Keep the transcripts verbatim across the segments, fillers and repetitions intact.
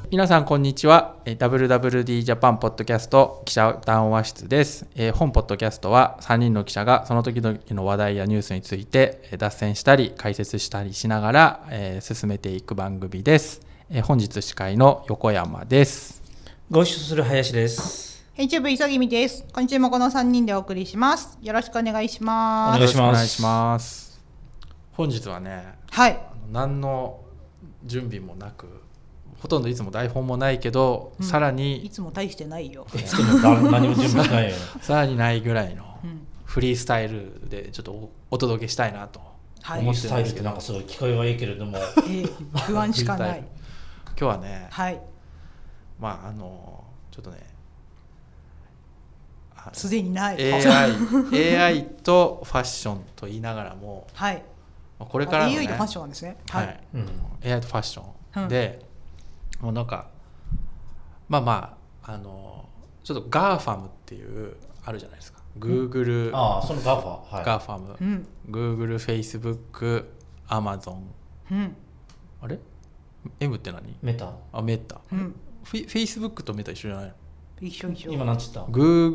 皆さんこんにちは。 ダブリューダブリューディー ジャパンポッドキャスト記者談話室です。本ポッドキャストはさんにんの記者がその時々の話題やニュースについて脱線したり解説したりしながら進めていく番組です。本日司会の横山です。 ご一緒する林です。 編集部急ぎみです。今週もこのさんにんでお送りします。よろしくお願いします。 お願いします。 お願いします。本日はね、 はい、 何の準備もなく、ほとんどいつも台本もないけど、うん、さらにいつも大してないよ。 いつも何も準備しないよ。 さらにないぐらいのフリースタイルでちょっとお届けしたいなと思ってるんですけど、 フリースタイルってなんかすごい聞こえはいいけれども、 えー、不安しかない。 今日はね、 はい、 まああのちょっとね、 すでにないエーアイ, エーアイ とファッションと言いながらも、 はい、 これからの、ね、 エーアイ とファッションなんですね。 はい、はい、うん、エーアイ とファッション、うん、でもうなんかまあまああのちょっと ガーファム っていうあるじゃないですか。 Google、うん、 ああその ガーファ、はい、 ガーファム、うん、Google、Facebook、Amazon、うん、あれ M って何？ メタ。 あ、メタ、うん、Facebook とメタ一緒じゃないの？ 一緒一緒。 今何つった？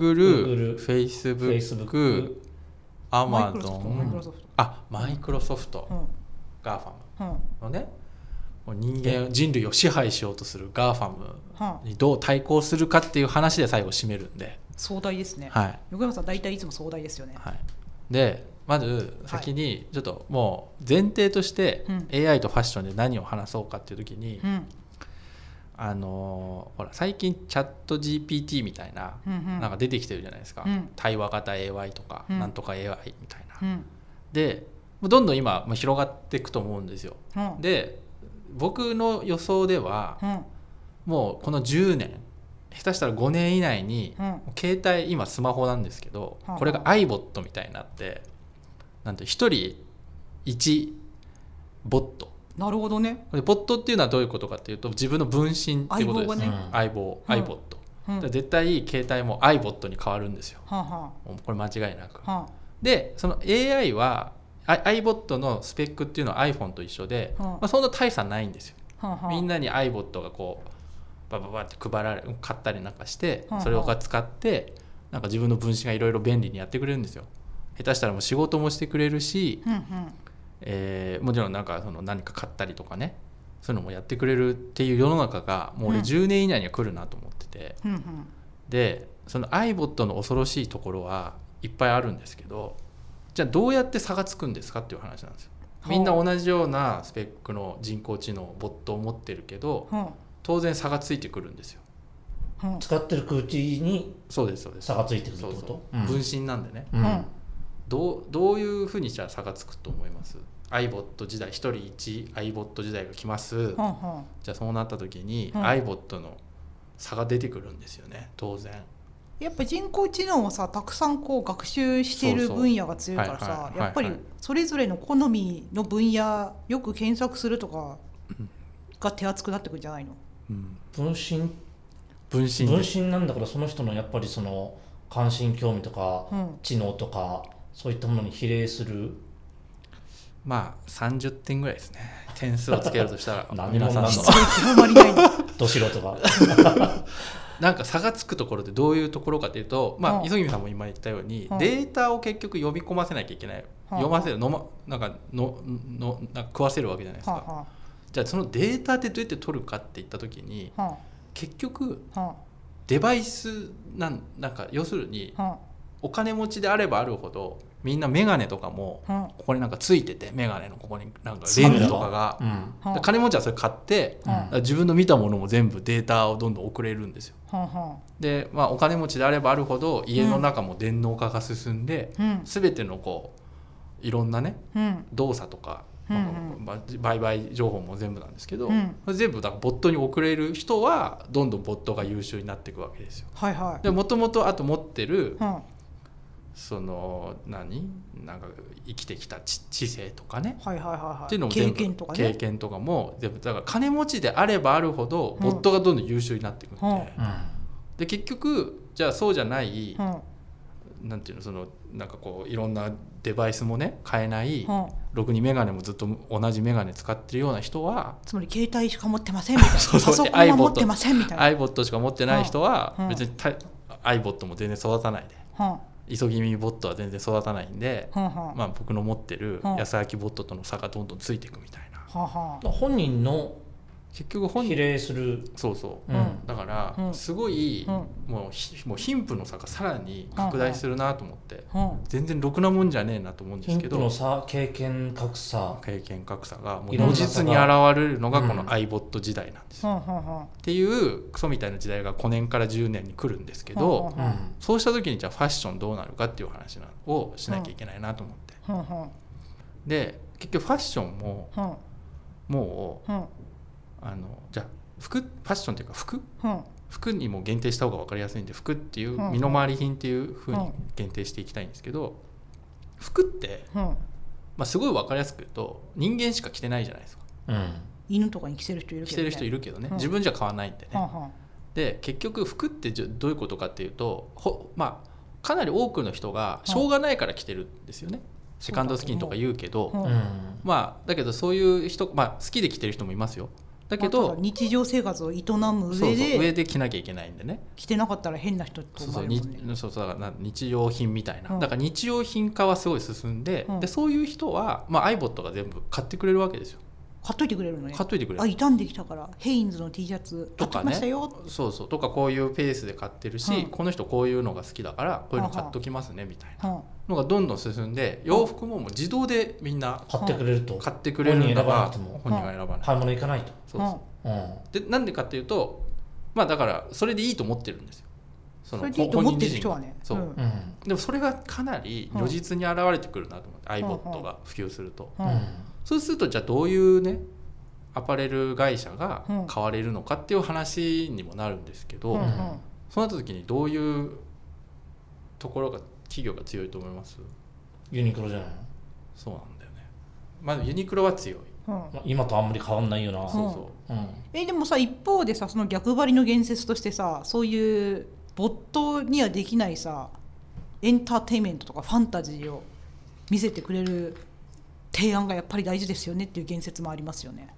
Google、Facebook、Amazon、あ、マイクロソフト、うん、ガーファムのね、人間人類を支配しようとする ガーファム にどう対抗するかっていう話で最後締めるんで、 壮大ですね、 はい、 横山さん大体いつも壮大ですよね、 はい、でまず先にちょっともう前提として エーアイ とファッションで何を話そうかっていう時に、うん、あのほら最近チャット ジーピーティー みたいな、うんうん、なんか出てきてるじゃないですか、うん、対話型 エーアイ とか、うん、なんとか エーアイ みたいな、うん、でどんどん今広がっていくと思うんですよ、うん、で僕の予想では、うん、もうこのじゅうねん下手したらごねん以内に、うん、携帯今スマホなんですけど、うん、これが iBot みたいになってなんてひとりいちボット。 なるほどね。 でボットっていうのはどういうことかっていうと自分の分身っていうことです。相棒、ね、iBot、うん、絶対携帯も iBot に変わるんですよ、うん、これ間違いなく、うん、でその エーアイ はiBot のスペックっていうのは iPhone と一緒で、うんまあ、そんな大差ないんですよ、うん、みんなに iBot がこうバババって配られ買ったりなんかして、うん、それを使ってなんか自分の分身がいろいろ便利にやってくれるんですよ。下手したらもう仕事もしてくれるし、うんうんえー、もちろんなんかその何か買ったりとかねそういうのもやってくれるっていう世の中がもう俺じゅうねん以内には来るなと思ってて、うんうん、でその iBot の恐ろしいところはいっぱいあるんですけど、じゃあどうやって差がつくんですかっていう話なんですよ。みんな同じようなスペックの人工知能ボットを持ってるけど、当然差がついてくるんですよ。 使ってる空気にそうですそうです差がついてくるってこと？ そうそう、うん、分身なんでね、 うん、 どう、どういうふうにしたら差がつくと思います？ iBot 時代ひとりいち iBot 時代が来ます、うん、じゃあそうなった時に、うん、iBot の差が出てくるんですよね当然。 やっぱ人工知能はさたくさんこう学習している分野が強いからさ、やっぱりそれぞれの好みの分野よく検索するとかが手厚くなってくるんじゃないの？ うん、分身分身分身なんだからその人のやっぱりその関心興味とか、うん、知能とかそういったものに比例する。 まあさんじゅってんぐらいですね点数をつけるとしたら何者なのど素人がなんか差がつくところってどういうところかというと、まあ、磯君さんも今言ったように、うん、データを結局読み込ませなきゃいけない、うん、読ませるの、ま、なんかののなんか食わせるわけじゃないですか、うん、じゃあそのデータってどうやって取るかっていった時に、うん、結局、うん、デバイスなん、なんか要するに、うん、お金持ちであればあるほどみんなメガネとかもここになんかついてて、メガネのここになんかレンズとかが、うん、金持ちはそれ買って、うん、自分の見たものも全部データをどんどん送れるんですよ、うん、で、まあ、お金持ちであればあるほど家の中も電脳化が進んで、うん、全てのこういろんなね、うん、動作とか、うんまあ、売買情報も全部なんですけど、うん、全部だからボットに送れる人はどんどんボットが優秀になっていくわけですよ。 はいはい、 でもともとあと持ってる、うんその何なんか生きてきた知性とかね、 はいはいはいはい、 っていうのも全部経験とかね、 経験とかも全部だから金持ちであればあるほどボットがどんどん優秀になっていくんで、うん、で結局じゃあそうじゃない、うん、なんていうのそのなんかこういろんなデバイスもね買えない、うん、ろくにメガネもずっと同じメガネ使ってるような人は、 つまり携帯しか持ってませんみたいなそうそうパソコンは持ってませんみたいな iBot しか持ってない人は別に、うん、iBot も全然育たないで、うん、急ぎ耳ボットは全然育たないんで、うんまあ、僕の持ってる安明ボットとの差がどんどんついていくみたいな、 うん、本人の結局本比例するそうそう、うん、だからすごい、うん、もう、もう貧富の差がさらに拡大するなと思って、うん、全然ろくなもんじゃねえなと思うんですけど、 貧富の差、経験格差経験格差がもう如実に現れるのがこの iBot 時代なんですよ、うん、っていうクソみたいな時代がごねんからじゅうねんに来るんですけど、うん、そうした時にじゃあファッションどうなるかっていう話をしなきゃいけないなと思って、うん、で結局ファッションも、もう、うんあのじゃあ服ファッションっていうか服、うん、服にも限定した方が分かりやすいんで服っていう身の回り品っていう風に限定していきたいんですけど、服って、うんまあ、すごい分かりやすく言うと人間しか着てないじゃないですか、 うん、犬とかに着せる人いるけどね、 着てる人いるけどね、うん、自分じゃ買わないんでね、うん、で結局服ってどういうことかっていうとほ、まあ、かなり多くの人がしょうがないから着てるんですよね、うんセカンドスキンとか言うけど、うん、まあだけどそういう人、まあ、好きで着てる人もいますよ。だけど、 まあ、日常生活を営む上でそうそう上で着なきゃいけないんでね。 着てなかったら変な人と思われるもんね。 そうそうそうだから日用品みたいな、うん、だから日用品化はすごい進んで、うん、でそういう人は、まあ、iBot が全部買ってくれるわけですよ。 買っといてくれるのね。 買っといてくれる。 あ傷んできたからヘインズの T シャツ買ってきましたよとかね。 そうそうとかこういうペースで買ってるし、うん、この人こういうのが好きだからこういうの買っときますねみたいなのがどんどん進んで、洋服ももう自動でみんな買ってくれると買ってくれるんだが本人が選ばない買い物行かないと。 そうそう、うん、でなんでかっていうとまあだからそれでいいと思ってるんですよ。 そのそれでいいと思ってる人はね。 そう、うん、でもそれがかなり如実に現れてくるなと思って、うん、iBot が普及すると、うん、そうするとじゃあどういうねアパレル会社が買われるのかっていう話にもなるんですけど、うんうん、そうなった時にどういうところが企業が強いと思います？ ユニクロじゃないの？ そうなんだよね。まずユニクロは強い、 うん、今とあんまり変わんないよな、うん、 そうそう、うん、 えでもさ一方でさその逆張りの言説としてさそういうボットにはできないさエンターテインメントとかファンタジーを見せてくれる提案がやっぱり大事ですよねっていう言説もありますよね。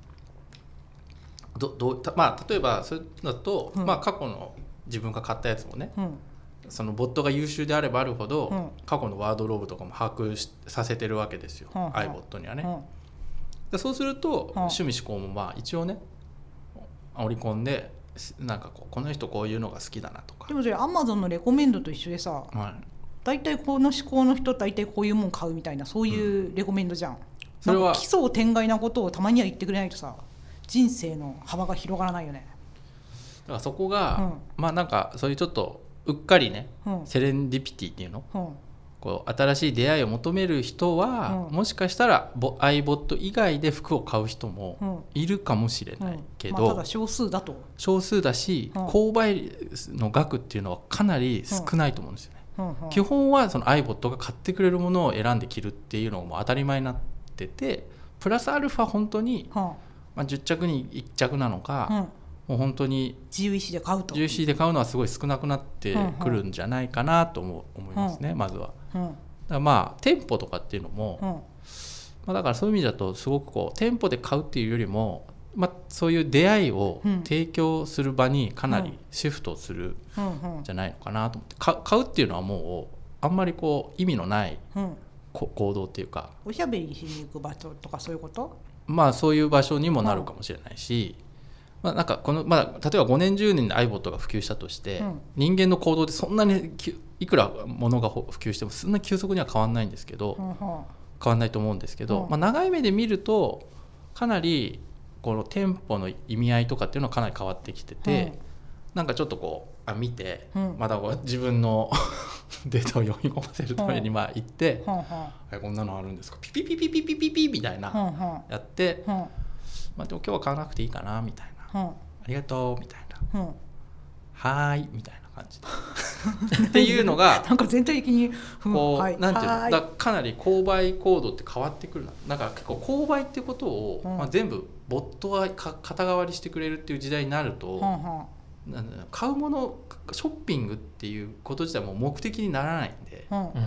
どどたまあ、例えばそれだと、うんまあ、過去の自分が買ったやつもね、うん、そのボットが優秀であればあるほど、うん、過去のワードローブとかも把握しさせてるわけですよ、うん、iBot にはね、うん、でそうすると、うん、趣味嗜好もまあ一応ね織り込んでなんかこうこの人こういうのが好きだなとか。 でもそれ Amazon のレコメンドと一緒でさ、はい、大体この嗜好の人大体こういうもん買うみたいなそういうレコメンドじゃん、うん、それは奇想天外なことをたまには言ってくれないとさ人生の幅が広がらないよね。 だからそこが、うん、まあなんかそういうちょっとうっかりね、うん、セレンディピティっていうの、うん、こう新しい出会いを求める人は、うん、もしかしたらiBot以外で服を買う人もいるかもしれないけど、 うんまあ、ただ少数だと少数だし、購買の額っていうのはかなり少ないと思うんですよね、うんうん、基本はその iBot が買ってくれるものを選んで着るっていうのがもう当たり前になっててプラスアルファ本当に、うんまあ、じゅっ着にいっ着なのか、うん、もう本当に自由意志で買うと自由意志で買うのはすごい少なくなってくるんじゃないかなと思いますね、うん、まずは、うん、だからまあ店舗とかっていうのも、うんまあ、だからそういう意味だとすごくこう店舗で買うっていうよりも、まあ、そういう出会いを提供する場にかなりシフトするんじゃないのかなと思って買うっていうのはもうあんまりこう意味のない行動っていうか、 おしゃべりしに行く場所とかそういうこと？ まあそういう場所にもなるかもしれないし、まあ、なんかこのまあ例えばごねんじゅうねんで iBot が普及したとして、うん、人間の行動でそんなにいくら物が普及してもそんな急速には変わんないんですけど、うん、変わんないと思うんですけど、うんまあ、長い目で見るとかなりこの店舗の意味合いとかっていうのはかなり変わってきてて、うん、なんかちょっとこうあ見て、うん、まだ自分のデータを読み込ませるためにまあ行って、うんはい、こんなのあるんですかピピピピピピピピみたいなやって、うんまあ、でも今日は買わなくていいかなみたいな、うん、ありがとうみたいな、うん、はーいみたいな感じでっていうのがなんか全体的にこう、はい、なんていうのだかなり購買行動って変わってくるな。だから結構購買ってことを、うんまあ、全部ボットが肩代わりしてくれるっていう時代になると、うんうん買うものショッピングっていうこと自体も目的にならないんで、うん、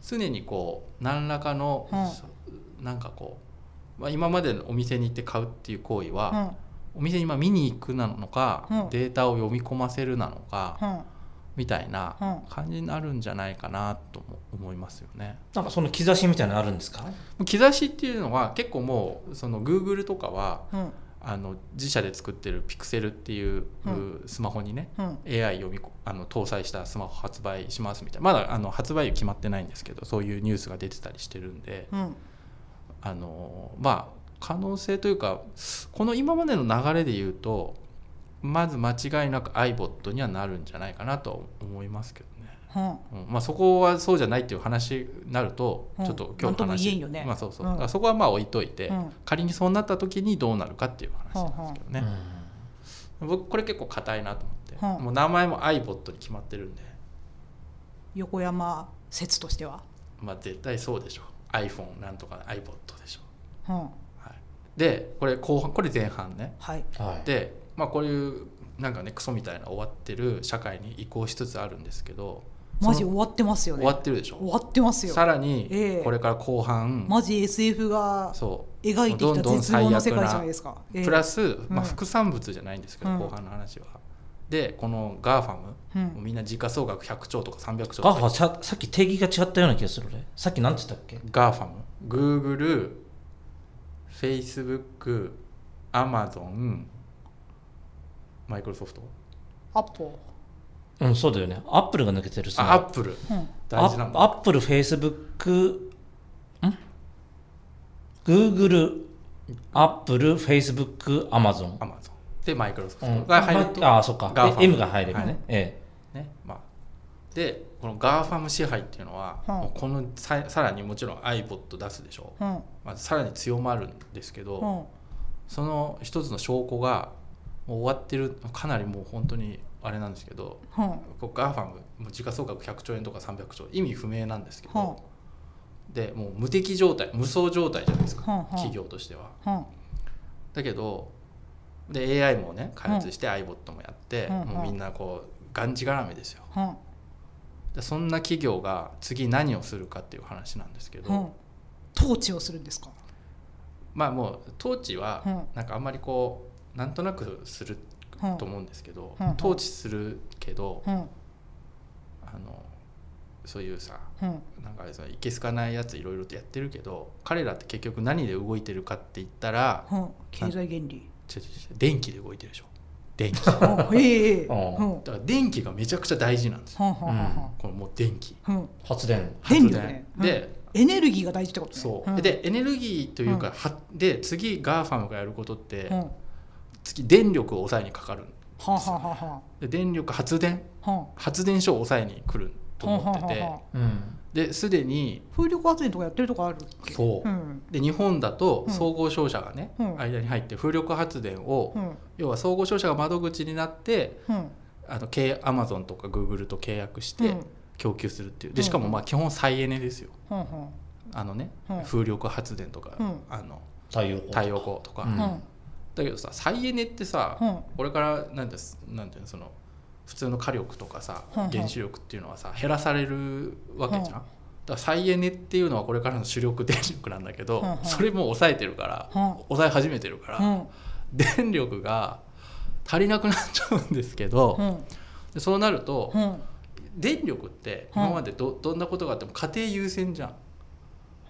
常にこう何らかの、うん、なんかこう、まあ、今までのお店に行って買うっていう行為は、うん、お店に今見に行くなのか、うん、データを読み込ませるなのか、うん、みたいな感じになるんじゃないかなと思いますよね。 なんかその兆しみたいなのあるんですか？ 兆しっていうのは結構もうその Google とかは、うんあの自社で作ってるピクセルっていうスマホにね、うん、エーアイ 読みあの搭載したスマホ発売しますみたいな、まだあの発売日決まってないんですけど、そういうニュースが出てたりしてるんで、うん、あのまあ可能性というか、この今までの流れで言うとまず間違いなく iBot にはなるんじゃないかなと思いますけどね。うんうんまあ、そこはそうじゃないっていう話になると、うん、ちょっと今日の話、 ねまあそうそう、うん、だからそこはまあ置いといて、うん、仮にそうなった時にどうなるかっていう話なんですけどね、うん、僕これ結構硬いなと思って、うん、もう名前も iBot に決まってるんで、 横山説としてはまあ絶対そうでしょ、 iPhone なんとか iBot でしょ、うんはい、でこれ後半、これ前半ね、はい、でまあこういうなんかねクソみたいな終わってる社会に移行しつつあるんですけど、 マジ終わってますよね。 終わってるでしょ。 終わってますよ。 さらにこれから後半、 えー、マジ エスエフ が描いてきた絶望の世界じゃないですか。 プラス、まあ、副産物じゃないんですけど、うん、後半の話は。でこの ガーファム、うん、みんな時価総額ひゃくちょうとかさんびゃくちょうとか。 ガーファムさっき定義が違ったような気がする俺。さっき何て言ったっけ？ ガーファム、Google、Facebook、Amazon、マイクロソフト、 アップル。 うん、そうだよね。アップルが抜けてるさ。アップル、うん、大事なんだ。 アップル、フェイスブック、ん？グーグル、アップル、フェイスブック、アマゾン。 アマゾンでマイクロソフトが入ると、うん、 ああ、そっか。M が入ればね。はい、ええ。ね、まあでこの ガーファム 支配っていうのは、うん、もうこの さ, さらにもちろん iBot 出すでしょ。うん、まあ、さらに強まるんですけど、うん、その一つの証拠がもう終わってる、かなりもう本当に。あれなんですけど、うん、ガーファム時価総額ひゃくちょうえんとかさんびゃくちょう意味不明なんですけど、うん、でもう無敵状態無双状態じゃないですか、うん、企業としては、うん、だけどで エーアイ もね開発して iBot もやって、うん、もうみんなこうがんじがらめですよ、うん、でそんな企業が次何をするかっていう話なんですけど、うん、 統治をするんですか？ まあもう統治はなんかあんまりこうなんとなくすると思うんですけど、うん、統治するけど、うん、あのそういうさ、うん、なんかいけすかないやついろいろとやってるけど、彼らって結局何で動いてるかって言ったら、 うん、経済原理、違う違う違う電気で動いてるでしょ。電気ええー、だから電気がめちゃくちゃ大事なんですよ、うん、このもう電気、 うん、発電発電、 ね、 で、 うん、エネルギーが大事ってことね。 そう、うん、でエネルギーというか、うん、で次 ガーファム がやることって、うん次電力を抑えにかかるんですよね。ははははで電力発電、は発電所を抑えに来ると思ってて、ははははですでに風力発電とかやってるとこあるっけ？ そう、うん、で日本だと総合商社がね、うん、間に入って風力発電を、うん、要は総合商社が窓口になって、うん、あのアマゾンとかグーグルと契約して供給するっていう。でしかもまあ基本再エネですよ、うん、あのね、うん、風力発電とか、うん、あの太陽光太陽光とか、うんだけどさ再エネってさ、うん、これからなんてなんていうのその普通の火力とかさ、うん、原子力っていうのはさ減らされるわけじゃん、うん、だから再エネっていうのはこれからの主力電力なんだけど、うん、それも抑えてるから、うん、抑え始めてるから、うん、電力が足りなくなっちゃうんですけど、うん、でそうなると、うん、電力って今まで ど, どんなことがあっても家庭優先じゃん。うん、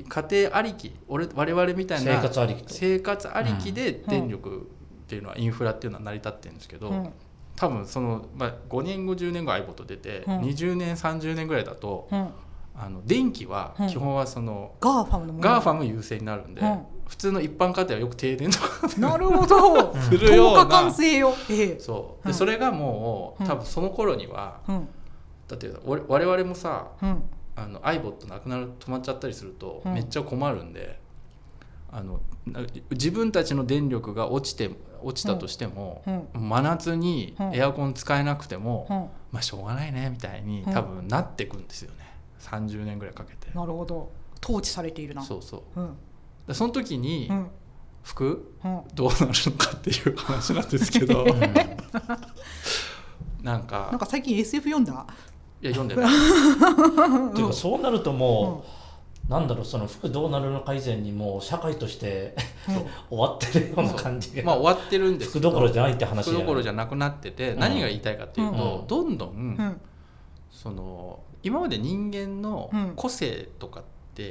家庭ありき俺我々みたいな生活ありき生活ありきで電力っていうのはインフラっていうのは成り立ってるんですけど、うん、多分その、まあ、ごねんごじゅうねんご iBot 出て、うん、にじゅうねんさんじゅうねんぐらいだと、うん、あの電気は基本はその、 うん、ガーファムのものガーファム優先になるんで、うん、普通の一般家庭はよく停電とかなるほどするようなとおかかん制よ、ええ、 そうで、うん、それがもう多分その頃には、うん、だって我々もさ、うんあの iBot なくなる止まっちゃったりするとめっちゃ困るんで、うん、あの自分たちの電力が落ちて落ちたとしても、うん、真夏にエアコン使えなくても、うん、まあしょうがないねみたいに多分なってくんですよね、さんじゅうねんぐらいかけて。 なるほど統治されているな。 そうそう、うん、でその時に、うん、服、うん、どうなるのかっていう話なんですけどなんかなんか最近 エスエフ 読んだいや読んでないっていうかそうなるともう、うん、なんだろうその服どうなるのか以前にもう社会として終わってるような感じが、 まあ、終わってるんですけど服どころじゃないって話じゃない、 服どころじゃなくなってて、うん、何が言いたいかっていうと、うん、どんどん、うん、その今まで人間の個性とかって、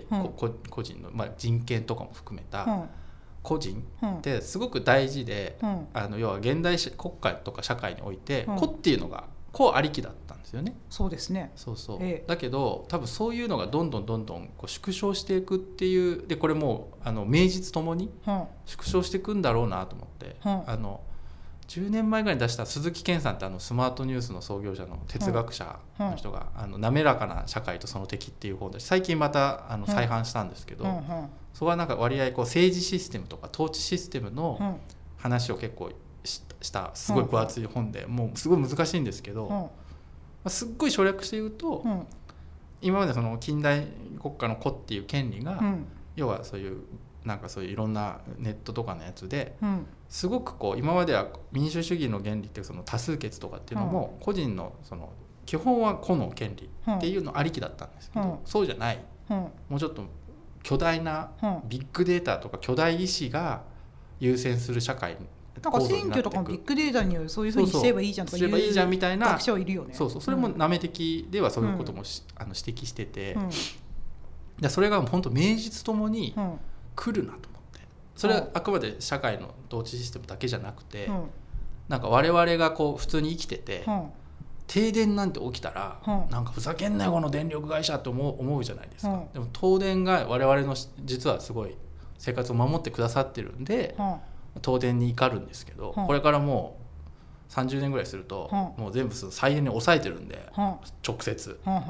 うん、個人の、まあ、人権とかも含めた、うん個人ってすごく大事で、うん、あの要は現代国家とか社会において、うん、個っていうのが個ありきだったんですよね。 そうですね。 そうそう、ええ、だけど多分そういうのがどんどんどんどんこう縮小していくっていうでこれもうあの名実ともに縮小していくんだろうなと思って、うん、あのじゅうねんまえぐらいに出した鈴木健さんってあのスマートニュースの創業者の哲学者の人が、うん、あの滑らかな社会とその敵っていう本で最近またあの再販したんですけど、うんうんうん、そこはなんか割合こう政治システムとか統治システムの話を結構 し, したすごい分厚い本で、うん、もうすごい難しいんですけど、うんまあ、すっごい省略して言うと、うん、今までその近代国家の個っていう権利が、うん、要はそういうなんかそういういろんなネットとかのやつで、うん、すごくこう今までは民主主義の原理っていうその多数決とかっていうのも、うん、個人のその基本は個の権利っていうのありきだったんですけど、うん、そうじゃない、うん、もうちょっと巨大なビッグデータとか巨大意志が優先する社会なんか選挙とかもビッグデータによるそういうふうにすればいいじゃんとか言う学者はいるよね。 そうそうそれもなめ的ではそういうことも、うん、あの指摘してて、うん、でそれが本当名実ともに来るなと思って、それはあくまで社会の統治システムだけじゃなくて、うん、なんか我々がこう普通に生きてて、うん、停電なんて起きたら、うん、なんかふざけんなよこの電力会社って思う、思うじゃないですか、うん、でも東電が我々の実はすごい生活を守ってくださってるんで、うん東電に怒るんですけど、うん、これからもうさんじゅうねんぐらいすると、うん、もう全部再エネ抑えてるんで、うん、直接、うん、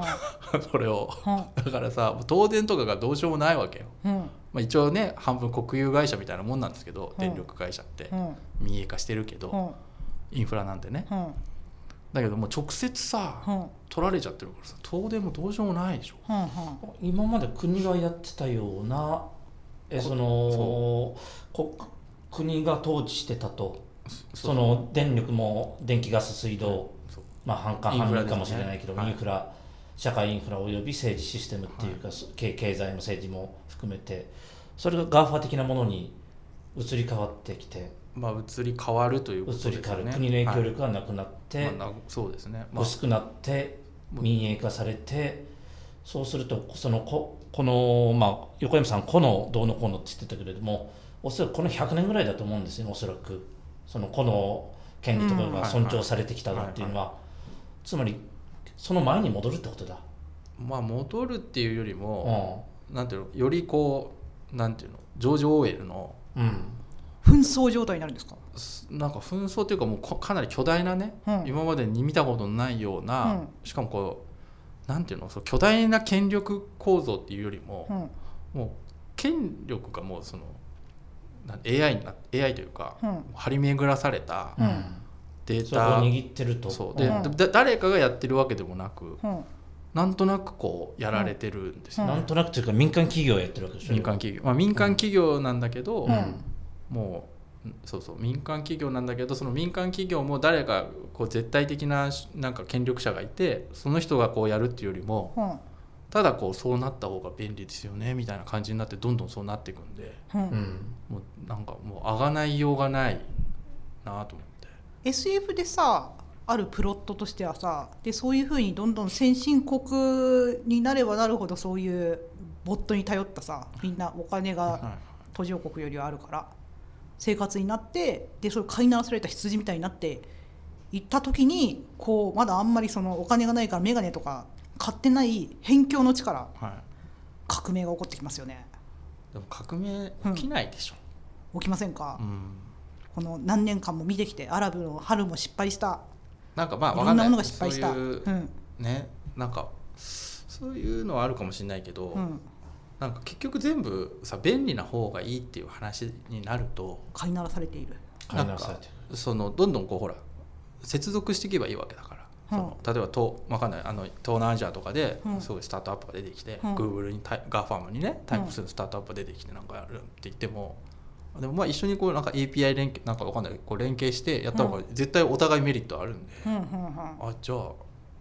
それを、うん、だからさ東電とかがどうしようもないわけよ、うんまあ、一応ね半分国有会社みたいなもんなんですけど、うん、電力会社って、うん、民営化してるけど、うん、インフラなんてね、うん、だけどもう直接さ、うん、取られちゃってるからさ東電もどうしようもないでしょ、うんうん、 今まで国がやってたようなえそのこ国が統治してたと そ, その電力も電気ガス水道、まあ、半官半民かもしれないけどインフラ、ねはい、インフラ社会インフラおよび政治システムっていうか、はい、経済も政治も含めてそれがガーファ的なものに移り変わってきて、 まあ、移り変わるということですね。 移り変わる国の影響力がなくなって、はいまあ、 そうですねまあ、 薄くなって民営化されてそうするとその こ, この、まあ、横山さんこのどうのこうのって言ってたけれどもおそらくこのひゃくねんぐらいだと思うんですよね。おそらくその個の権利とかが尊重されてきたのっていうのは、つまりその前に戻るってことだ。 まあ戻るっていうよりも、うん、なんていうのよりこうなんていうのジョージ・オーウェルの、 うん、紛争状態になるんですか。 なんか紛争というかもうかなり巨大なね、うん、今までに見たことのないような、うん、しかもこうなんていうのそう巨大な権力構造っていうよりも、うん、もう権力がもうそのエーアイ にな エーアイ というか、うん、張り巡らされたデータ、 うん、そこを握ってるとそうで、うん、だ誰かがやってるわけでもなく、うん、なんとなくこうやられてるんですよ、 ね、うん、なんとなくというか民間企業がやってるわけでしょ。 民間企業、まあ、民間企業なんだけど、うん、もうそうそう民間企業なんだけどその民間企業も誰かこう絶対的ななんか権力者がいてその人がこうやるっていうよりも、うんただこうそうなった方が便利ですよねみたいな感じになってどんどんそうなっていくんで、うん、もうなんかもうあがないようがないなと思ってエスエフ でさあるプロットとしてはさでそういうふうにどんどん先進国になればなるほどそういうボットに頼ったさみんなお金が途上国よりはあるから生活になってでそれ飼いならされた羊みたいになっていった時にこうまだあんまりそのお金がないからメガネとか買ってない辺境の地から革命が起こってきますよね、 はい、でも革命起きないでしょ、 うん、起きませんか、うん、この何年間も見てきてアラブの春も失敗したなんかまあいろんなものが失敗したそういう、 うん、ねなんかそういうのはあるかもしれないけど、うん、なんか結局全部さ便利な方がいいっていう話になると飼いならされているなんかそのどんどんこうほら接続していけばいいわけだからその例えば東、わかんないあの東南アジアとかですごいスタートアップが出てきて、うん、Google にガーファームにねタイプするスタートアップが出てきてなんかやるって言ってもでもまあ一緒にこうなんか エーピーアイ 連携なんかわかんないこう連携してやった方が絶対お互いメリットあるんで、うん、あじゃあ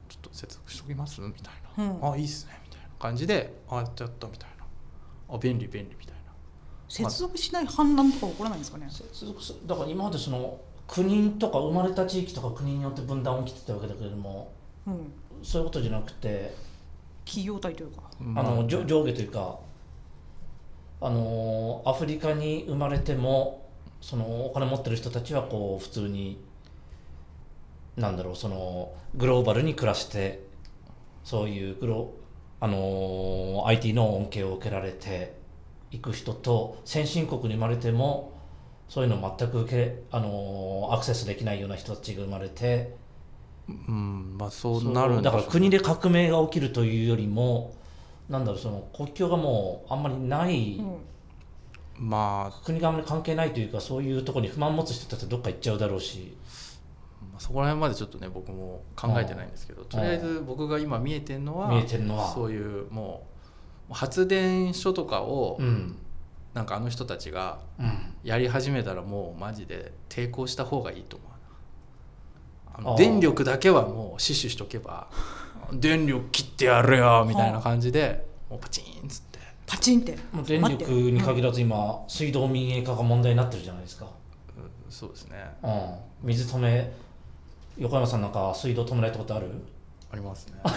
ちょっと接続しときますみたいな、うん、あいいっすねみたいな感じであやっちゃったみたいなあ便利便利みたいな接続しない反乱とか起こらないんですかね。 接続すだから今までその国とか生まれた地域とか国によって分断起きてたわけだけれども、うん、そういうことじゃなくて企業体というかあの、うん、上下というかあのアフリカに生まれてもそのお金持ってる人たちはこう普通になんだろうそのグローバルに暮らしてそういうグロあの アイティー の恩恵を受けられていく人と先進国に生まれてもそういうの全く受けあのアクセスできないような人たちが生まれて、 うんまあそうなるんだから国で革命が起きるというよりもなんだろうその国境がもうあんまりない、うんまあ、 国があんまり関係ないというかそういうところに不満持つ人たちはどっか行っちゃうだろうし、 まあ、そこら辺までちょっとね僕も考えてないんですけど、とりあえず僕が今見えてるのは、 見えてるのはそういうもう発電所とかを、うん、なんかあの人たちがやり始めたらもうマジで抵抗した方がいいと思う。あの電力だけはもう死守しとけば電力切ってやるよみたいな感じでもうパチンっつってパチンってもう電力に限らず今、うん、水道民営化が問題になってるじゃないですか、 うん、そうですね、 うん、水止め横山さんなんか水道止められたことある？ ありますねあ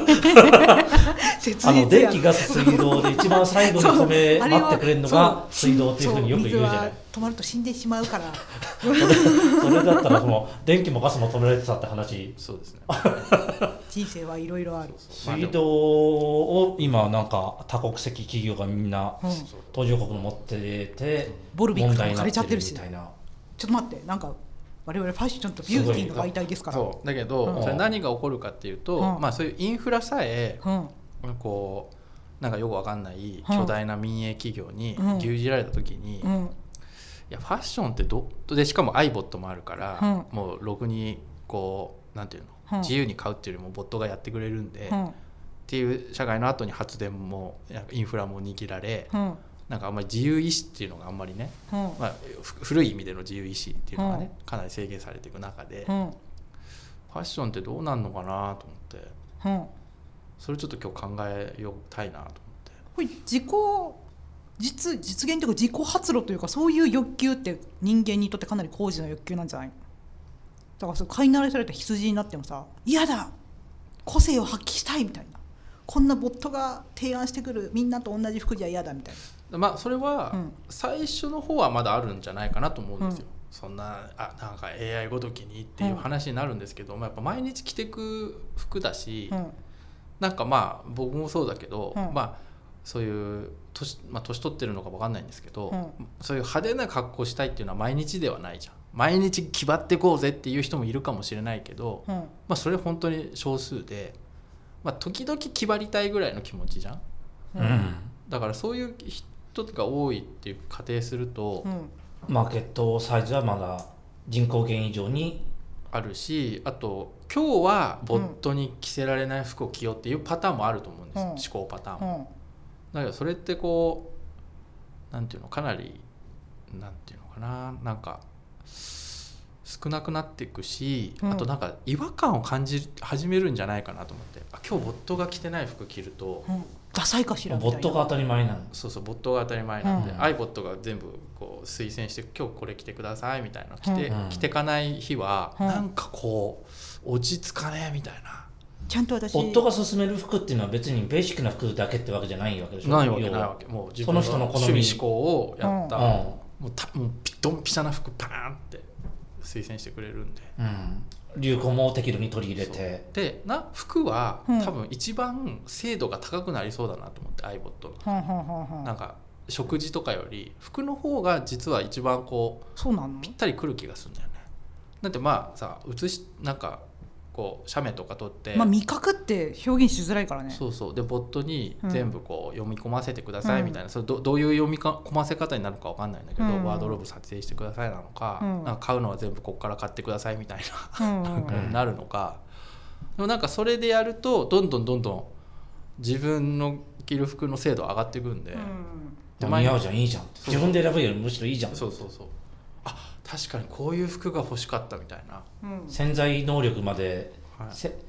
の電気ガス水道で一番最後に止め待ってくれるのが水道っていうふうによく言うじゃない。 止まると死んでしまうからそれ, それだったらその電気もガスも止められてたって話。 そうですね人生はいろいろある。 水道を今なんか多国籍企業がみんな途上国の持っててボルビックとか枯れちゃってるしみたいな。ちょっと待ってなんか我々ファッションとビューティーの媒体ですから。 そうだけど、うん、それ何が起こるかっていうと、うん、まあそういうインフラさえ、うん、こうなんかよくわかんない巨大な民営企業に牛耳られた時に、うんうん、いやファッションってどでしかも アイボット もあるから、うん、もうろくにこうなんていうの、うん、自由に買うっていうよりもボットがやってくれるんで、うん、っていう社会の後に発電もインフラも握られ、うんなんかあんまり自由意志っていうのがあんまりね、うんまあ、古い意味での自由意志っていうのがね、うん、かなり制限されていく中で、うん、ファッションってどうなるのかなと思って、うん、それちょっと今日考えようたいなと思ってこれ自己 実, 実現というか自己発露というかそういう欲求って人間にとってかなり高次な欲求なんじゃないの。だからそれ飼い慣らされた羊になってもさ嫌だ個性を発揮したいみたいなこんなボットが提案してくるみんなと同じ服じゃ嫌だみたいな。 まあ、それは最初の方はまだあるんじゃないかなと思うんですよ、うん、そんなあなんか エーアイ ごときにっていう話になるんですけど、うんまあ、やっぱ毎日着てく服だし、うん、なんかまあ僕もそうだけど、うん、まあそういう年、まあ、年取ってるのか分かんないんですけど、うん、そういう派手な格好したいっていうのは毎日ではないじゃん。毎日気張ってこうぜっていう人もいるかもしれないけど、うんまあ、それ本当に少数で、まあ、時々気張りたいぐらいの気持ちじゃん、うん、だからそういう人が多いっていう仮定すると、うん、 マーケットサイズはまだ人口減以上にあるしあと今日はボットに着せられない服を着ようっていうパターンもあると思うんですよ、うん、思考パターンも、うん、だけどそれってこうなんていうのかなりなんていうのかななんか少なくなっていくし、うん、あとなんか違和感を感じ始めるんじじゃないかなと思ってあ今日ボットが着てない服着ると、うんダサいかしらみたいな。 ボットが当たり前なの。 そうそうボットが当たり前なんで、うん、アイボット が全部こう推薦して今日これ着てくださいみたいな着て、うん、着てかない日は、うん、なんかこう落ち着かねえみたいな。 ちゃんと私ボットが勧める服っていうのは別にベーシックな服だけってわけじゃないわけでしょ。 ないわけないわけ。もう自分の趣味思考をやった、うん、もうたもうピドンピシャな服パーンって推薦してくれるんで。 うん流行も適度に取り入れてでな服は、うん、多分一番精度が高くなりそうだなと思って アイボット の、うん、なんか食事とかより服の方が実は一番こうそうなのぴったりくる気がするんだよね。だってまあさ写しなんかこう写メとか撮って、 まあ、味覚って表現しづらいからね。 そうそうでボットに全部こう読み込ませてくださいみたいな、うん、それ ど, どういう読み込ませ方になるか分かんないんだけど、うん、ワードローブ撮影してくださいなのか、うん、なんか買うのは全部ここから買ってくださいみたいな、うん、なるのか。でもなんかそれでやるとどんどんどんどん自分の着る服の精度上がっていくんで、 うん、似合うじゃんいいじゃん自分で選ぶよりむしろいいじゃん。 そうそうそうあ確かにこういう服が欲しかったみたいな、 うん、潜在能力まで、はい、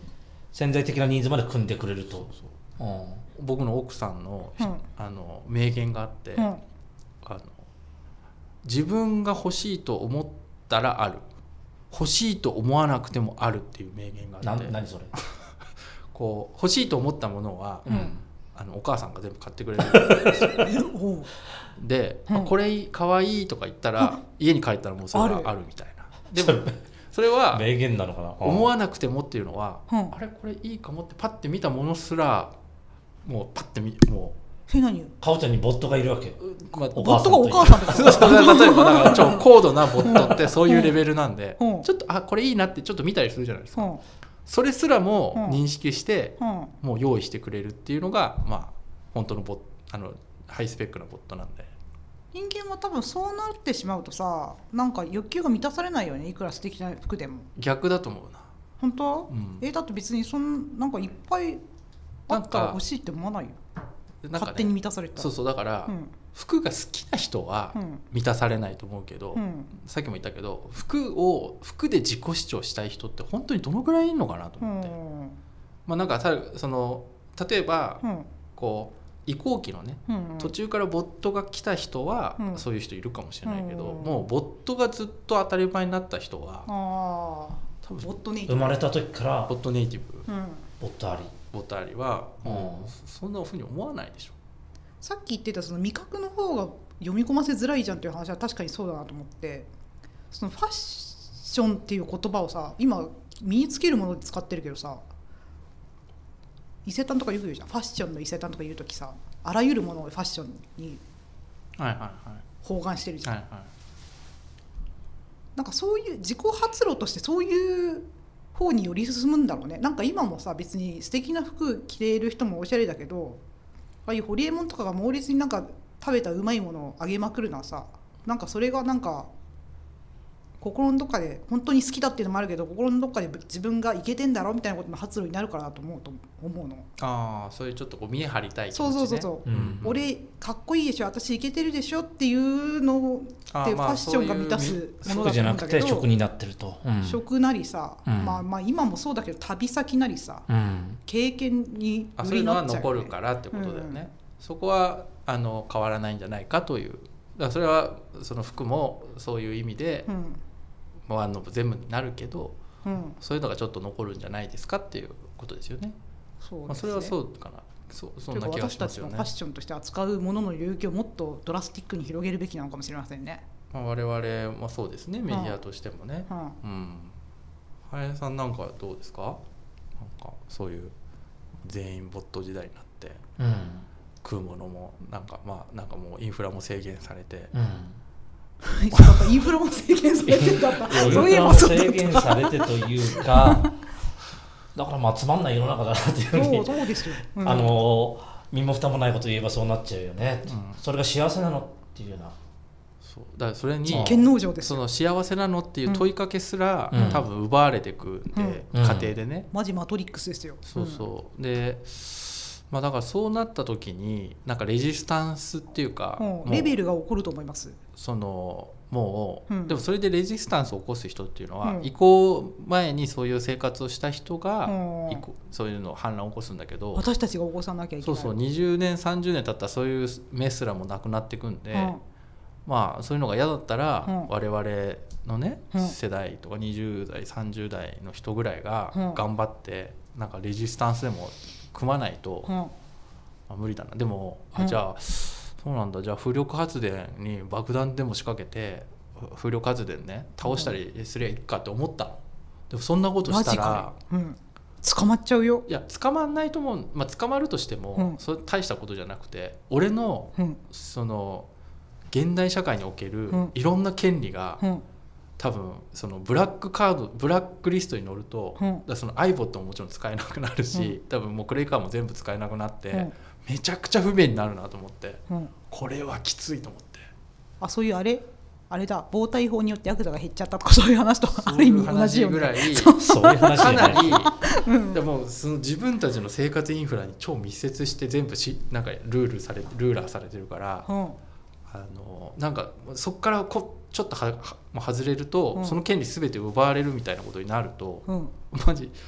潜在的なニーズまで組んでくれると。そうそう、うん、僕の奥さんの、うん、あの名言があって、うん、あの自分が欲しいと思ったらある、欲しいと思わなくてもあるっていう名言があって。 な何それこう欲しいと思ったものは、うん、あのお母さんが全部買ってくれるんですよで、うん、これかわいいとか言ったら、うん、家に帰ったらもうそれがあるみたいな。でもそれは名言なのかな。 思わなくてもっていうのは、うん、あれこれいいかもってパッて見たものすらもうパッて見もうかおちゃんにボットがいるわけ、 まあ、ボットがお母さんですか例えばだから超高度なボットってそういうレベルなんで、うん、ちょっとあこれいいなってちょっと見たりするじゃないですか、うん、それすらも認識して、うん、もう用意してくれるっていうのが、まあ、本当のボッあのハイスペックなボットなんで。 人間は多分そうなってしまうとさ、なんか欲求が満たされないよね、いくら素敵な服でも。 逆だと思うな。 本当、うん、えだって別にそんなんかいっぱいあったら欲しいって思わないよ。なんか、ね、勝手に満たされた。 そうそうだから、うん、服が好きな人は満たされないと思うけど、うん、さっきも言ったけど服を服で自己主張したい人って本当にどのぐらいいるのかなと思って、うん、まあなんかその例えば、うん、こう移行期のね、うんうん、途中からボットが来た人は、うん、そういう人いるかもしれないけど、うん、もうボットがずっと当たり前になった人は、あ多分ボットネイティブ生まれた時からボットネイティブ、 うん、 ボットありボットありはもうそんなふうに思わないでしょ。 さっき言ってたその味覚の方が読み込ませづらいじゃんっていう話は確かにそうだなと思って、そのファッションっていう言葉をさ今身につけるもので使ってるけどさ、伊勢丹とかよく言うじゃん、ファッションの伊勢丹とか言うときさ、あらゆるものをファッションに包含してるじゃん、はいはいはい、なんかそういう自己発露としてそういう方により進むんだろうね。なんか今もさ別に素敵な服着ている人もおしゃれだけど、ああいうホリエモンとかが猛烈になんか食べたうまいものをあげまくるのはさ、なんかそれがなんか心のどっかで本当に好きだっていうのもあるけど、心のどっかで自分がイケてんだろみたいなことの発露になるからだと思うと思うの。 ああ、そういうちょっとこう見え張りたい気持ちね。 そうそうそうそう、うんうん、俺かっこいいでしょ、私イケてるでしょっていうのってファッションが満たすものだと思うんだけど、 じゃなくて食になってると、 うん、食なりさ、うん、まあまあ今もそうだけど旅先なりさ、うん、経験によりなっちゃう、ね、あそういうのは残るからってことだよね、うん、そこはあの変わらないんじゃないかという。だからそれはその服もそういう意味で、うんワンノブ全部になるけど、うん、そういうのがちょっと残るんじゃないですかっていうことですよね。そうですね、まあ、それはそうかな。そ, そんな気がしますよね。 私たちもファッションとして扱うものの領域をもっとドラスティックに広げるべきなのかもしれませんね。 まあ、我々もそうですね、メディアとしてもね。はあうん、林さんなんかどうですか？なんかそういう全員ボット時代になって、うん、食うものもなんかまあなんかもうインフラも制限されて。うんインフラも制限されてたそういえばそう制限されてというかだからまあつまんない世の中だなっていうふうにそうですよ、 うん、あの身も蓋もないこと言えばそうなっちゃうよね、うん、それが幸せなのっていうようなそうだからそれにその幸せなのっていう問いかけすら、うん、多分奪われていくんで、うん、家庭でね、 マジマトリックスですよ。 そうそう、でまあ、だからそうなった時になんかレジスタンスっていうか、 うん、レベルが起こると思います。 そのもう、うん、でもそれでレジスタンスを起こす人っていうのは、うん、移行前にそういう生活をした人が、うん、そういうの反乱を起こすんだけど、 私たちが起こさなきゃいけない。 そうそうにじゅうねんさんじゅうねん経ったらそういう目すらもなくなっていくんで、うん、まあそういうのが嫌だったら、うん、我々のね、うん、世代とかにじゅう代さんじゅう代の人ぐらいが頑張って、うん、なんかレジスタンスでも組まないと、うんまあ、無理だな。でも、うん、あじゃあそうなんだ、じゃあ風力発電に爆弾でも仕掛けて風力発電ね倒したりすりゃいいかって思ったの。でもそんなことしたら、 うん、捕まっちゃうよ。 いや捕まんないと思う、まあ、捕まるとしても、うん、それ大したことじゃなくて俺の、うん、その現代社会におけるいろんな権利が、うん、多分そのブラックカードブラックリストに乗ると、うん、だその iBot ももちろん使えなくなるし、うん、多分もうクレイカーも全部使えなくなって、うん、めちゃくちゃ不便になるなと思って、うん、これはきついと思って。 あそういうあれあれだ暴対法によってヤクザが減っちゃったとかそういう話とある意味同じよね。 そういう話ぐらいそういう話かなり、うん、でもその自分たちの生活インフラに超密接して全部しなんかルールされルーラーされてるから、うん、あのなんかそこからこちょっとはは外れると、うん、その権利全て奪われるみたいなことになると、うん、マジ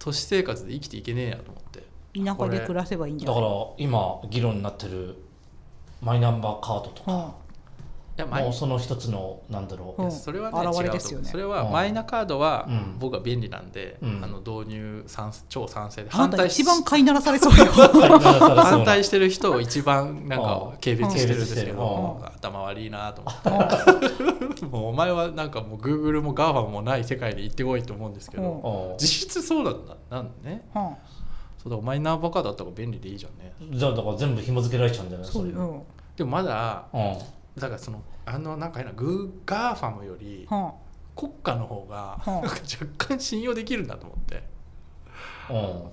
都市生活で生きていけねえやと思って、 田舎で暮らせばいいんじゃない。 だから今議論になってるマイナンバーカードとか、うん、いやもうその一つのなんだろう、 うん、それはね違うと思う。それはマイナカードは僕は便利なんで、うん、あの導入賛超賛成で、 反対一番飼いならされそうよ反対してる人を一番なんか軽蔑してるんですけど、頭悪いなと思ってもうお前はなんかもう Google も ガーファ もない世界に行ってこいと思うんですけど、実質そうなんだなんね、うん、そうだマイナンバーカードあった方が便利でいいじゃんね。 じゃあだから全部紐付けられちゃうんじゃない。そういう、 うん、でもまだ、うん、だからそのあのなんか変なグーガーファムより国家の方がなんか若干信用できるんだと思って、うん、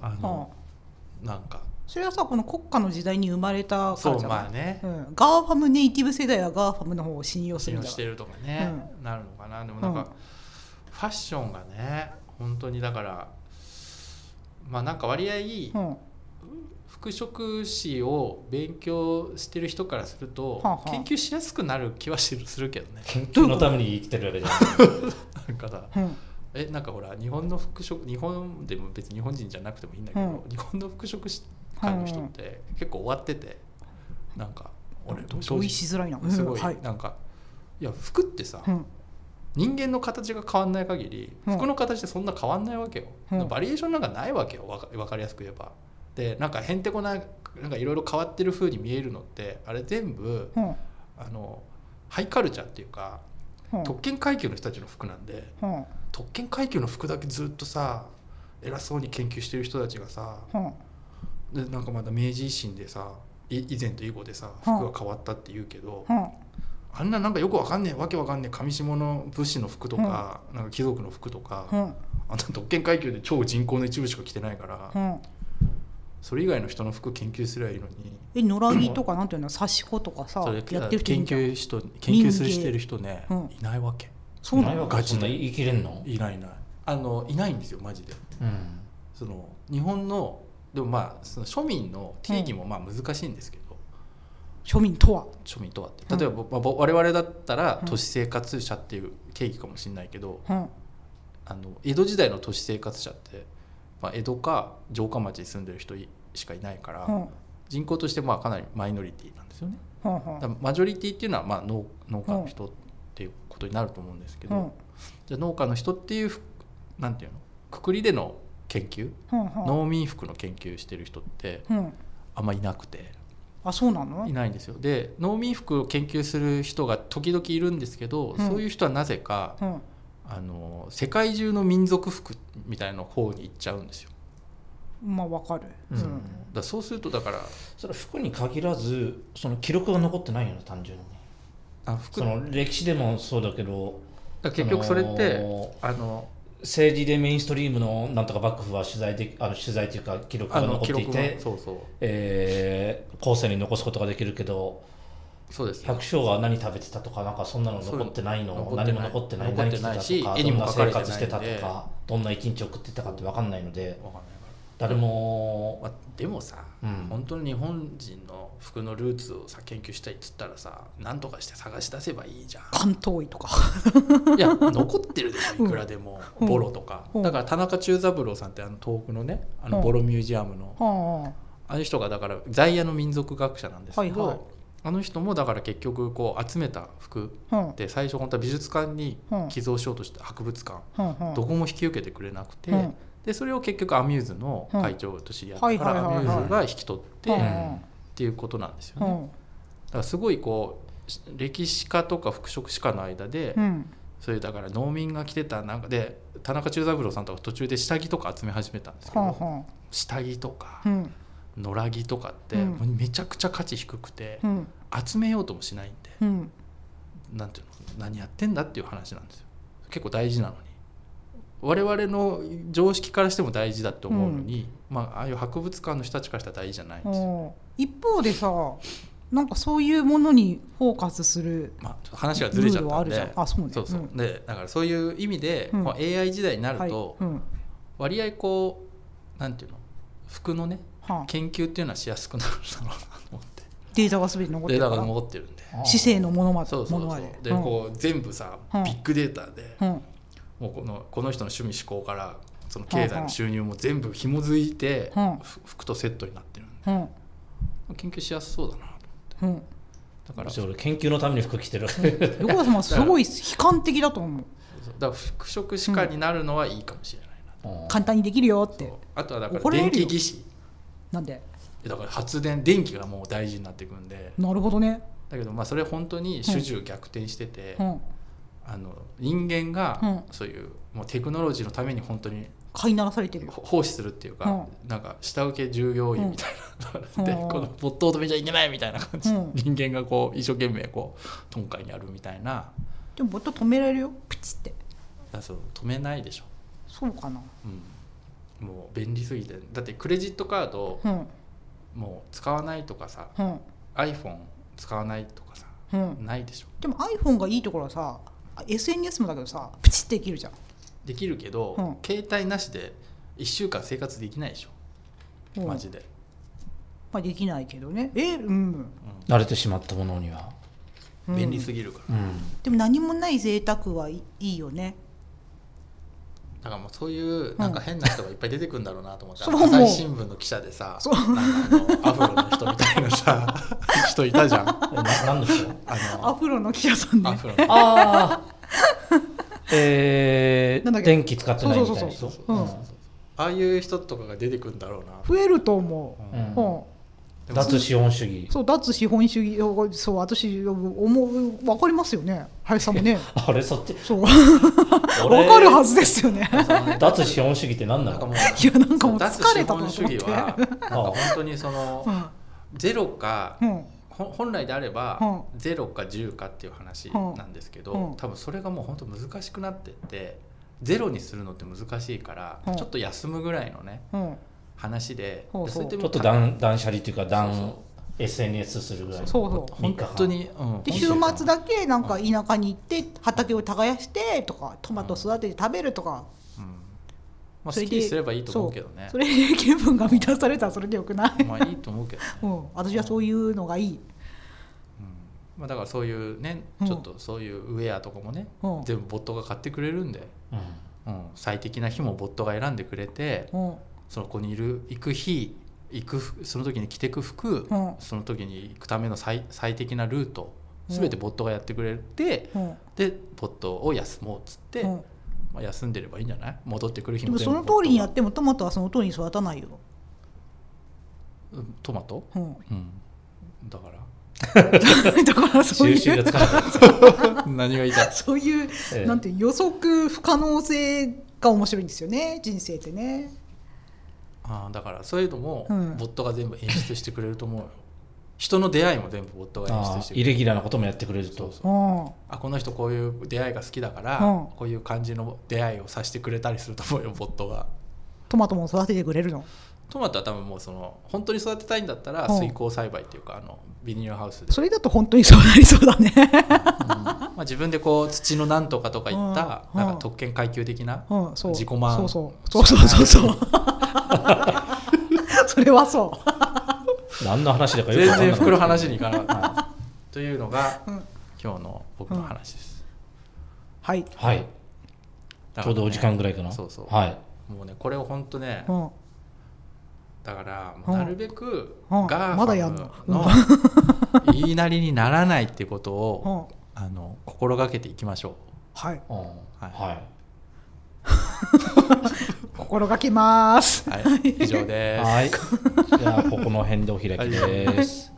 あの、うん、なんかそれはさこの国家の時代に生まれたからじゃない。 そうまあね、 うん、ガーファムネイティブ世代はガーファムの方を信用するんだ信用してるとかね、うん、なるのかな。でもなんか、うん、ファッションがね本当にだからまあなんか割合、うん服飾史を勉強してる人からすると、はあはあ、研究しやすくなる気はするけどね。 研究のために生きてるわけじゃないなんかさ、うん、えなんかほら日本の服飾日本でも別に日本人じゃなくてもいいんだけど、うん、日本の服飾史界の人って結構終わってて、うん、なんか俺同意しづらいなすごい、うんはい、なんかいや服ってさ、うん、人間の形が変わんない限り服の形ってそんな変わんないわけよ、うん、バリエーションなんかないわけよ。わか、わかりやすく言えばでなんかへんてこななんかいろいろ変わってる風に見えるのってあれ全部、うん、あのハイカルチャーっていうか、うん、特権階級の人たちの服なんで、うん、特権階級の服だけずっとさ偉そうに研究してる人たちがさ、うん、でなんかまだ明治維新でさ以前と以後でさ服が変わったって言うけど、うん、あんななんかよくわかんねえわけわかんねえ上下の武士の服とか、うん、なんか貴族の服とか、うん、あんな特権階級で超人口の一部しか着てないから、うんそれ以外の人の服研究すればいいのに。 え野良着とかなんていうの刺し子とかさそれやってる人研究人研究するしてる人ね、うん、いないわけ。 そうなのガチで言い切れんの。 いないいないあのいないんですよマジで、うん、その日本のでもまあその庶民の定義もまあ難しいんですけど、うん、 庶民とは庶民とはって例えば、うん、我々だったら都市生活者っていう定義かもしれないけど、うん、あの江戸時代の都市生活者ってまあ、江戸か城下町に住んでる人しかいないから、うん、人口としてまあかなりマイノリティなんですよね、うんうん、だマジョリティっていうのはまあ 農, 農家の人っていうことになると思うんですけど、うん、じゃあ農家の人っていうなんていうのくくりでの研究、うんうん、農民服の研究してる人ってあんまいなくて、 あそうなの？ いないんですよ。で農民服を研究する人が時々いるんですけど、うん、そういう人はなぜか、うんあの世界中の民族服みたいな方に行っちゃうんですよ。 まあわかる、うんうん、だそうするとだからそれは服に限らずその記録が残ってないよね単純に。あ服その歴史でもそうだけどだ結局それってあの政治でメインストリームのなんとか幕府は取材であの取材というか記録が残っていてそうそう、えー、後世に残すことができるけどそうです、ね、百姓が何食べてたとかなんかそんなの残ってないの何も残ってない残ってないし絵にも書かれてないんでどんな生活してたとかどんな一日送ってたかって分かんないので分かんない誰も、 まあ、でもさ、うん、本当に日本人の服のルーツをさ研究したいっつったらさ何とかして探し出せばいいじゃん。 関東医とかいや残ってるでしょいくらでも、うん、ボロとか、うん、だから田中忠三郎さんってあの東北のねあのボロミュージアムの、うん、あの人がだから在野の民族学者なんですけど、はいはいあの人もだから結局こう集めた服って最初本当は美術館に寄贈しようとして博物館どこも引き受けてくれなくてでそれを結局アミューズの会長と知り合ったからアミューズが引き取ってっていうことなんですよね。だからすごいこう歴史家とか服飾史家の間でそういうだから農民が着てたなんかで田中忠三郎さんとか途中で下着とか集め始めたんですけど下着とか野良着とかってめちゃくちゃ価値低くて集めようともしないんで、うん、なんていうの何やってんだっていう話なんですよ。結構大事なのに我々の常識からしても大事だって思うのに、うんまあ、ああいう博物館の人たちからしたら大事じゃないんですよ。 一方でさなんかそういうものにフォーカスする、 まあ、話がずれちゃったんであそうねそうそう、うん、でだからそういう意味で、うん、エーアイ 時代になると、はいうん、割合こうなんていうの服のね研究っていうのはしやすくなるんだろうなと思ってデータが全て残ってるからデータが残ってるんで市政のものまでそうそうそうで、うん、こう全部さ、うん、ビッグデータで、うん、もうこの、この人の趣味思考からその経済の収入も全部紐づいて、うん、服とセットになってるんで、うん、研究しやすそうだなと思って、 うん、だから俺研究のために服着てる横田さんはすごい悲観的だと思う。 だから服飾歯科になるのはいいかもしれないな、 うん、簡単にできるよって。 あとはだから電気技師なんでだから発電電気がもう大事になっていくんで。 なるほどね。 だけどまあそれ本当に主従逆転してて、うん、あの人間がそういう、もうテクノロジーのために本当に飼いならされてる奉仕するっていうか、うん、なんか下請け従業員みたいな、うん、でこの没頭止めちゃいけないみたいな感じ、うん、人間がこう一生懸命こうトンカイにやるみたいな。 でも没頭止められるよプチって。 だそう止めないでしょ。 そうかな、 うん、もう便利すぎて。だってクレジットカード、うん、もう使わないとかさ、うん、iPhone 使わないとかさ、うん、ないでしょ。 でも iPhone がいいところはさ エスエヌエス もだけどさプチってできるじゃん。 できるけど、うん、携帯なしでいっしゅうかん生活できないでしょ、うん、マジで。 まあできないけどね。え、うん、 慣れてしまったものには便利すぎるから、うんうん、 でも何もない贅沢はいいよね。 だからもうそういうなんか変な人がいっぱい出てくるんだろうなと思って、うん、朝日新聞の記者でさ、なんかあのアフロの人みたいなさ人いたじゃん。 な何の人？ あのアフロの記者さんね。 アフロのあえー、電気使ってないみたいな人。 ああいう人とかが出てくるんだろうな。 増えると思う、うんうんうん脱資本主義。 そう脱資本主義。そう私思う分かりますよね林さんもねあれそっちそう分かるはずですよね脱資本主義って何なの。 いやなんかもう疲れたなと思って。脱資本主義はなんか本当にその、うん、ゼロか、うん、本来であれば、うん、ゼロかじゅうかっていう話なんですけど、うん、多分それがもう本当難しくなってってゼロにするのって難しいから、うん、ちょっと休むぐらいのね、うん話で、 そうそうちょっと断断捨離というか断そうそう エスエヌエス するぐらいの。 そうそう本当に、うん、 で週末だけなんか田舎に行って畑を耕してとかトマト育てて食べるとか、 うんうんまあ、好きにすればいいと思うけどね。 それで気分が満たされたらそれでよくない？ まあいいと思うけどね、 うん、私はそういうのがいい、うんまあ、だからそういうねちょっとそういうウェアとかもね、うん、全部ボットが買ってくれるんで、うんうん、最適な日もボットが選んでくれて、うんその子にいる行く日行くその時に着てく服、うん、その時に行くための 最, 最適なルート全てボットがやってくれて、うん、でボットを休もうっつって、うんまあ、休んでればいいんじゃない？戻ってくる日も全部でもその通りにやってもトマトはその通りに育たないよ。 トマト？うん、うん、だからだからそういう収集がつかなかった何が言いたい？ そういう、ええ、なんて予測不可能性が面白いんですよね人生ってね。 あだからそういうのもボットが全部演出してくれると思うよ、うん、人の出会いも全部ボットが演出してくれる。 イレギュラーなこともやってくれると。そうそうあこの人こういう出会いが好きだから、うん、こういう感じの出会いをさせてくれたりすると思うよボットが。 トマトも育ててくれるの？ トマトは多分もうその本当に育てたいんだったら水耕栽培っていうかあのビニールハウスで。 それだと本当にそうなりそうだね、うんまあ、自分でこう土のなんとかとかいった、うん、なんか特権階級的な、うん、自己満そうそうそうそうそうそうそれはそう何の話だかよく分かんない。 全然袋話にいかなかったというのが、うん、今日の僕の話です、 うん、はい、 はいね、ちょうどお時間ぐらいかな。 そうそう、 はい、 もうねこれを本当ね、うん、だからもうなるべくガーファムの言いなりにならないってことをあの心がけていきましょう。 はい、 はいはい心がけます。 はい、以上です。 はい、じゃあここの辺でお開きです。